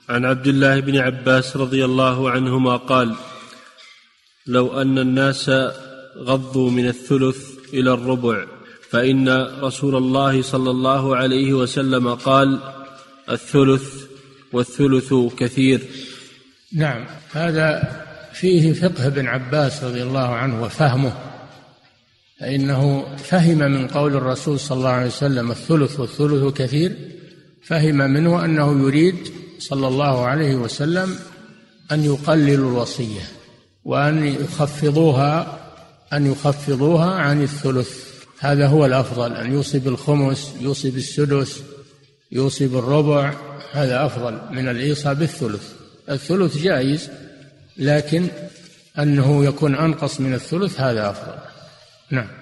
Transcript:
عن عبد الله بن عباس رضي الله عنهما قال: لو أن الناس غضوا من الثلث إلى الربع، فإن رسول الله صلى الله عليه وسلم قال: الثلث والثلث كثير. نعم، هذا فيه فقه ابن عباس رضي الله عنه وفهمه، فإنه فهم من قول الرسول صلى الله عليه وسلم الثلث والثلث كثير، فهم منه أنه يريد صلى الله عليه وسلم أن يقللوا الوصية وأن يخفضوها عن الثلث. هذا هو الأفضل، أن يوصي بالخمس، يوصي بالسدس، يوصي بالربع، هذا أفضل من الإيصاء بالثلث. الثلث جائز، لكن أنه يكون أنقص من الثلث هذا أفضل. نعم.